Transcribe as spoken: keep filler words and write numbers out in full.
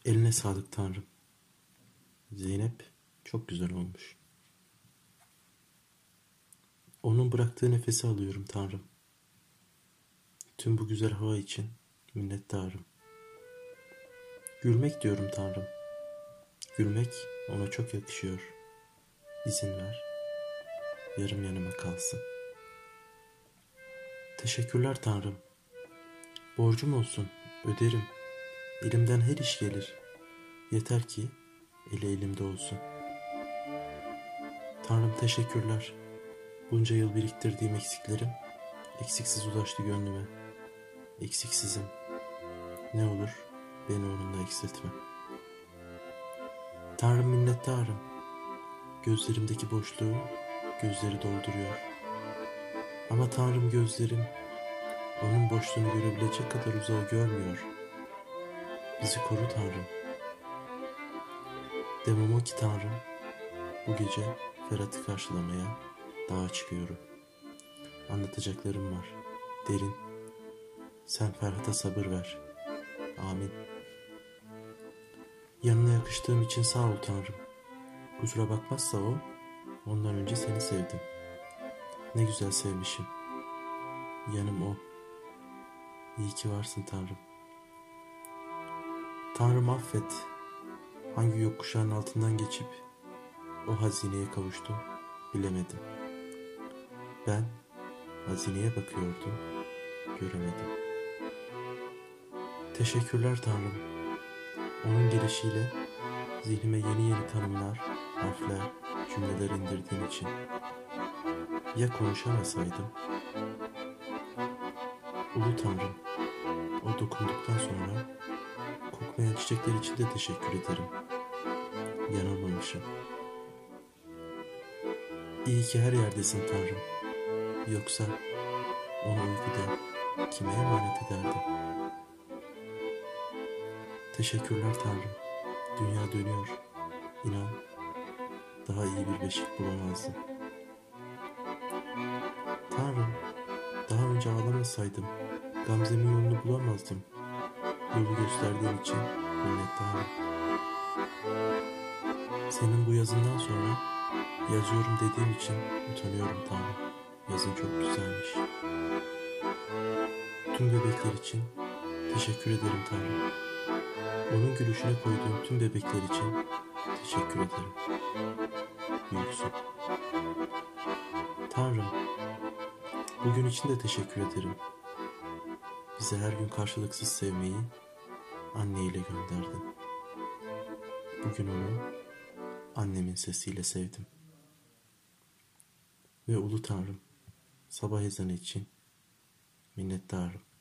Eline sağlık Tanrım. Zeynep çok güzel olmuş. Onun bıraktığı nefesi alıyorum Tanrım. Tüm bu güzel hava için minnettarım. Gülmek diyorum Tanrım. Gülmek ona çok yakışıyor. İzin ver, yarım yanıma kalsın. Teşekkürler Tanrım. Borcum olsun, öderim. Elimden her iş gelir. Yeter ki eli elimde olsun. Tanrım teşekkürler. Bunca yıl biriktirdiğim eksiklerim eksiksiz ulaştı gönlüme. Eksiksizim. Ne olur beni onunla eksiltme. Tanrım minnettarım. Gözlerimdeki boşluğu gözleri dolduruyor. Ama Tanrım gözlerim onun boşluğunu görebilecek kadar uzağı görmüyor. Bizi koru Tanrım. Demem o ki Tanrım, bu gece Ferhat'ı karşılamaya dağa çıkıyorum. Anlatacaklarım var. Derin. Sen Ferhat'a sabır ver. Amin. Yanına yakıştığım için sağ ol Tanrım. Kusura bakmazsa o, ondan önce seni sevdim. Ne güzel sevmişim. Yanım o. İyi ki varsın Tanrım. Tanrım affet. Hangi yokkuşağın altından geçip o hazineye kavuştum bilemedim. Ben hazineye bakıyordum, göremedim. Teşekkürler Tanrım. Onun gelişiyle zihnime yeni yeni tanımlar, harfler, cümleler indirdiğin için. Ya konuşamasaydım? Ulu Tanrım, o dokunduktan sonra kokmayan çiçekler için de teşekkür ederim. Yanılmamışım. İyi ki her yerdesin Tanrım. Yoksa onu uykuda kime emanet ederdim? Teşekkürler Tanrım. Dünya dönüyor. İnan, daha iyi bir beşik bulamazdım. Tanrım, daha önce ağlamasaydım Gamze'min yolunu bulamazdım. Yolu gösterdiğin için minnettarım. Senin bu yazından sonra yazıyorum dediğim için utanıyorum Tanrım. Yazın çok güzelmiş. Tüm bebekler için teşekkür ederim Tanrım. Onun gülüşüne koyduğum tüm bebekler için teşekkür ederim. Büyüksün. Tanrım, bugün için de teşekkür ederim. Bize her gün karşılıksız sevmeyi anneyle gönderdin. Bugün onu annemin sesiyle sevdim. Ve ulu Tanrım, sabah ezanı için minnettarım.